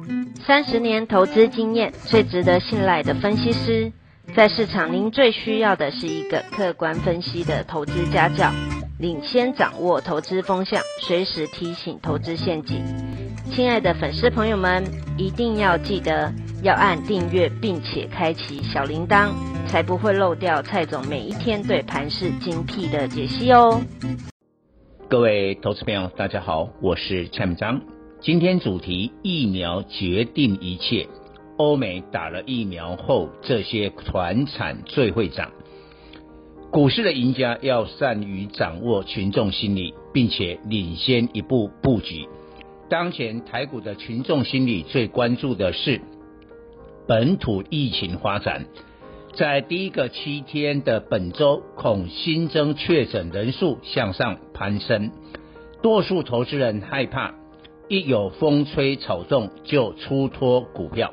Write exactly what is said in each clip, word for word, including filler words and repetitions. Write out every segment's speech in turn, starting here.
三十年投资经验，最值得信赖的分析师。在市场，您最需要的是一个客观分析的投资家教，领先掌握投资风向，随时提醒投资陷阱。亲爱的粉丝朋友们，一定要记得要按订阅，并且开启小铃铛，才不会漏掉蔡总每一天对盘势精辟的解析哦。 各位投资朋友，大家好，我是蔡明章。今天主题：疫苗决定一切。欧美打了疫苗后，这些传产最会涨。股市的赢家要善于掌握群众心理，并且领先一步布局。当前台股的群众心理最关注的是本土疫情发展。在第一个七天的本周，恐新增确诊人数向上攀升，多数投资人害怕，一有风吹草动就出脱股票，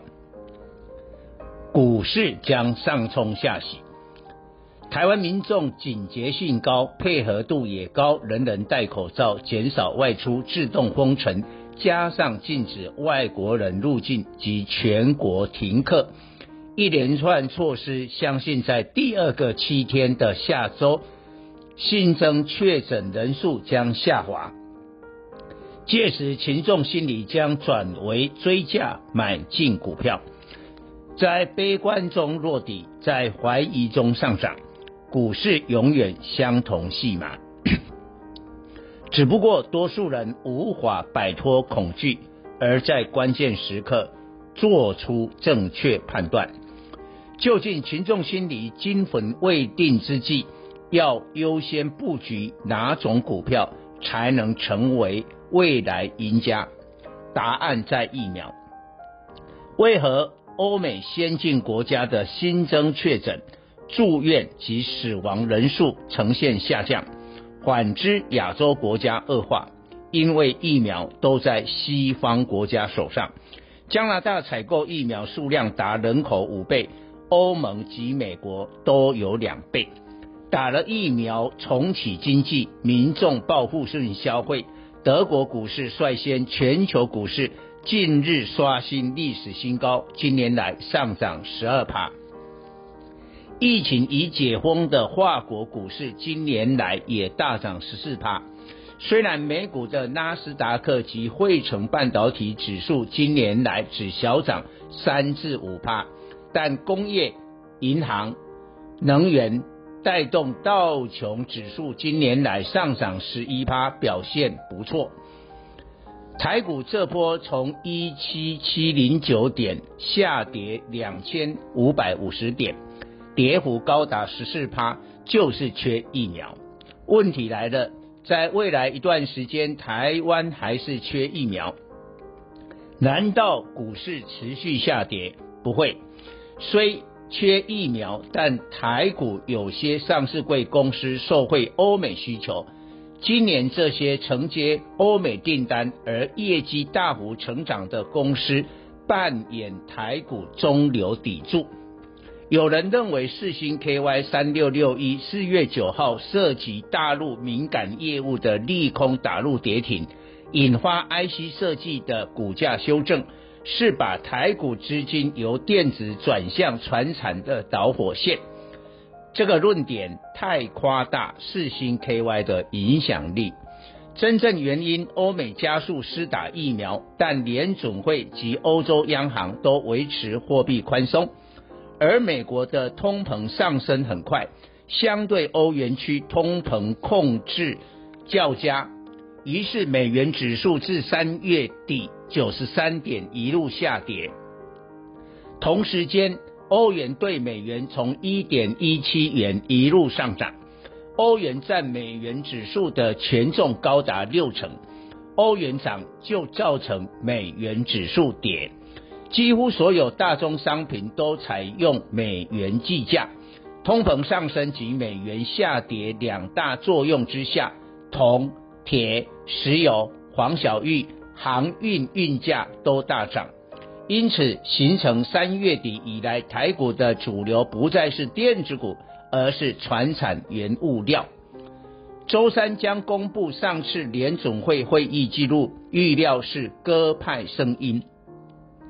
股市将上冲下洗。台湾民众警觉性高，配合度也高，人人戴口罩，减少外出，自动封城，加上禁止外国人入境及全国停课，一连串措施，相信在第二个七天的下周，新增确诊人数将下滑，届时群众心理将转为追价买进股票，在悲观中落底，在怀疑中上涨，股市永远相同戏码。只不过多数人无法摆脱恐惧，而在关键时刻做出正确判断。究竟群众心理惊魂未定之际，要优先布局哪种股票才能成为未来赢家？答案在疫苗。为何欧美先进国家的新增确诊、住院及死亡人数呈现下降，反之亚洲国家恶化？因为疫苗都在西方国家手上。加拿大采购疫苗数量达人口五倍，欧盟及美国都有两倍。打了疫苗重启经济，民众报复性消费，德国股市率先全球股市近日刷新历史新高，今年来上涨 百分之十二。 疫情已解封的法国股市今年来也大涨 百分之十四。 虽然美股的纳斯达克及汇成半导体指数今年来只小涨三至五%，但工业、银行、能源带动道琼指数今年来上涨 百分之十一， 表现不错。台股这波从一七七零九点下跌两千五百五十点，跌幅高达 百分之十四， 就是缺疫苗。问题来了，在未来一段时间，台湾还是缺疫苗，难道股市持续下跌？不会。虽缺疫苗，但台股有些上市柜公司受惠欧美需求，今年这些承接欧美订单而业绩大幅成长的公司，扮演台股中流砥柱。有人认为世芯 K Y 三六六一 四月九号涉及大陆敏感业务的利空打入跌停，引发 I C 设计的股价修正，是把台股资金由电子转向传产的导火线。这个论点太夸大世芯 K Y 的影响力。真正原因，欧美加速施打疫苗，但联准会及欧洲央行都维持货币宽松，而美国的通膨上升很快，相对欧元区通膨控制较佳，于是美元指数至三月底九十三点一路下跌。同时间，欧元对美元从 一点一七元一路上涨，欧元占美元指数的权重高达六成，欧元涨就造成美元指数跌。几乎所有大宗商品都采用美元计价，通膨上升及美元下跌两大作用之下，铜、铁、石油、黄小玉、航运运价都大涨，因此形成三月底以来台股的主流不再是电子股，而是传产原物料。周三将公布上次联准会会议记录，预料是鸽派声音。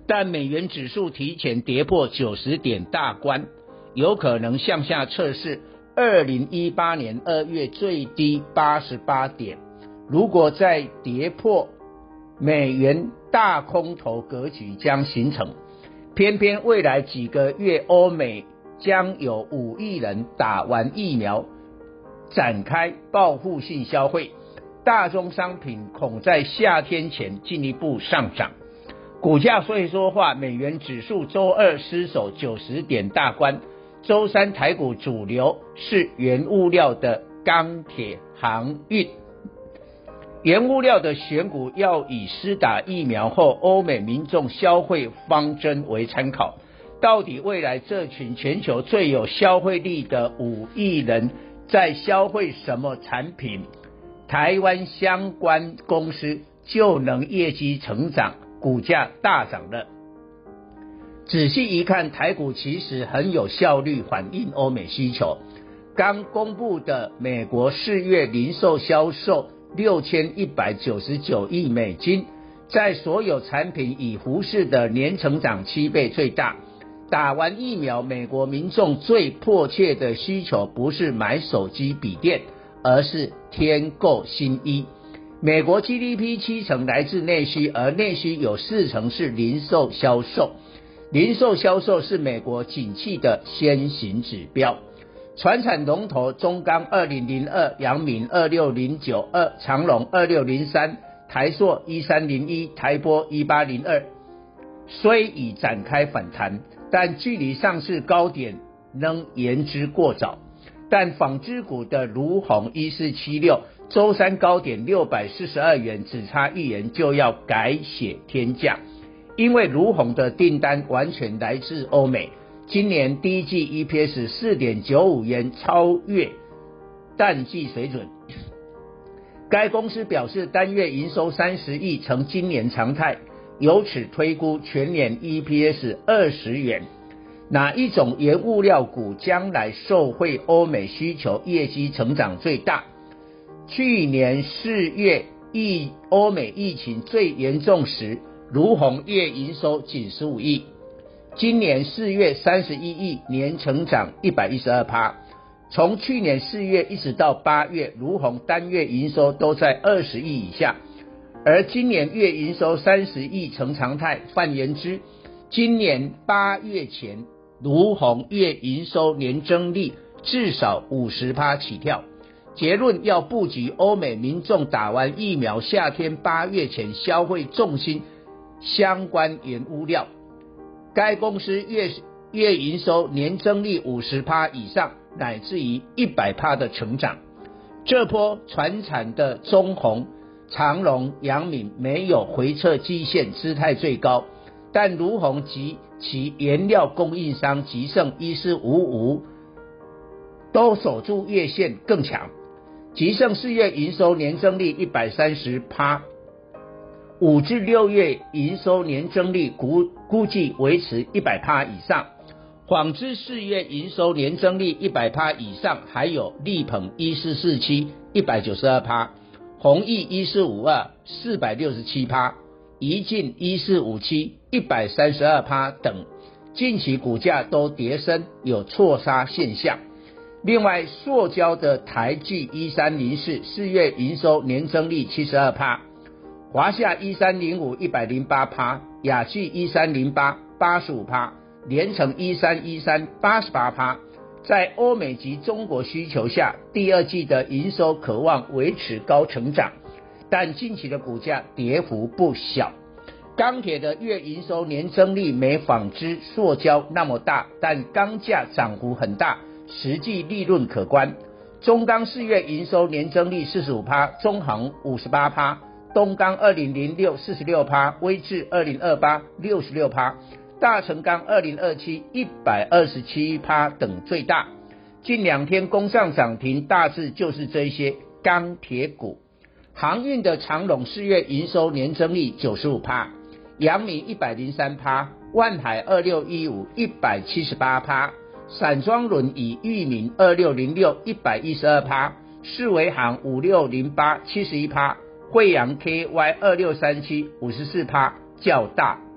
但美元指数提前跌破九十点大关，有可能向下测试二零一八年二月最低八十八点。如果再跌破，美元大空头格局将形成。偏偏未来几个月，欧美将有五亿人打完疫苗，展开报复性消费，大宗商品恐在夏天前进一步上涨。股价会说话，美元指数周二失守九十点大关，周三台股主流是原物料的钢铁、航运。原物料的选股要以施打疫苗后欧美民众消费方针为参考，到底未来这群全球最有消费力的五亿人在消费什么产品，台湾相关公司就能业绩成长，股价大涨了。仔细一看，台股其实很有效率反映欧美需求。刚公布的美国四月零售销售六千一百九十九亿美金，在所有产品以服饰的年成长七倍最大。打完疫苗，美国民众最迫切的需求不是买手机笔电，而是添购新衣。美国 G D P 七成来自内需，而内需有四成是零售销售。零售销售是美国景气的先行指标。传产龙头中钢二零零二，阳明二六零九二，长荣二六零三，台塑一三零一，台玻一八零二，虽已展开反弹，但距离上市高点仍言之过早。但纺织股的如虹一四七六，周三高点六百四十二元，只差一元就要改写天价，因为如虹的订单完全来自欧美。今年第一季 E P S 四点九五元，超越淡季水准。该公司表示，单月营收三十亿成今年常态，由此推估全年 E P S 二十元。哪一种原物料股将来受惠欧美需求，业绩成长最大？去年四月疫欧美疫情最严重时，如虹月营收仅十五亿。今年四月三十一亿，年成长 百分之一百一十二。 从去年四月一直到八月，如虹单月营收都在二十亿以下，而今年月营收三十亿成常态。换言之，今年八月前如虹月营收年增率至少 百分之五十 起跳。结论，要布局欧美民众打完疫苗，夏天八月前消费重心相关原物料。该公司月月营收年增率 百分之五十 以上，乃至于 百分之一百 的成长。这波传产的中鸿、长荣、阳明没有回测基线，姿态最高，但如虹及其原料供应商吉盛一四五五都守住月线更强。吉盛四月营收年增率 百分之一百三十，五至六月营收年增率估估计维持 百分之一百 以上。纺织四月营收年增率 百分之一百 以上，还有力鹏一四四七 百分之一百九十二， 弘毅一四五二 四百六十七， 宜进一四五七 百分之一百三十二 等，近期股价都跌升，有错杀现象。另外，塑胶的台聚一三零四四月营收年增率 百分之七十二，华夏一三零五 一百零八， 雅聚一三零八 八十五， 联成一三一三 八十八。 在欧美及中国需求下，第二季的营收可望维持高成长，但近期的股价跌幅不小。钢铁的月营收年增率没纺织塑胶那么大，但钢价涨幅很大，实际利润可观。中钢四月营收年增率 百分之四十五， 中航 百分之五十八，东钢二零零六 百分之四十六， 威致二零二八 百分之六十六， 大成钢二零二七 百分之一百二十七 等最大。近两天攻上涨停，大致就是这些钢铁股。航运的长荣四月营收年增率 百分之九十五， 阳明一百零三， 万海二六一五 一百七十八， 散装轮以裕民二六零六 一百一十二， 世维航五六零八 七十一，惠阳 K Y 二六三七 五十四%， 较大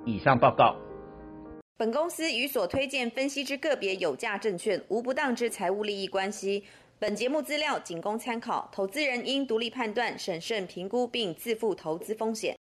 以上报告。 本公司与所推荐分析之个别有价证券无不当之财务利益关系。本节目资料仅供参考，投资人应独立判断、审慎评估并自负投资风险。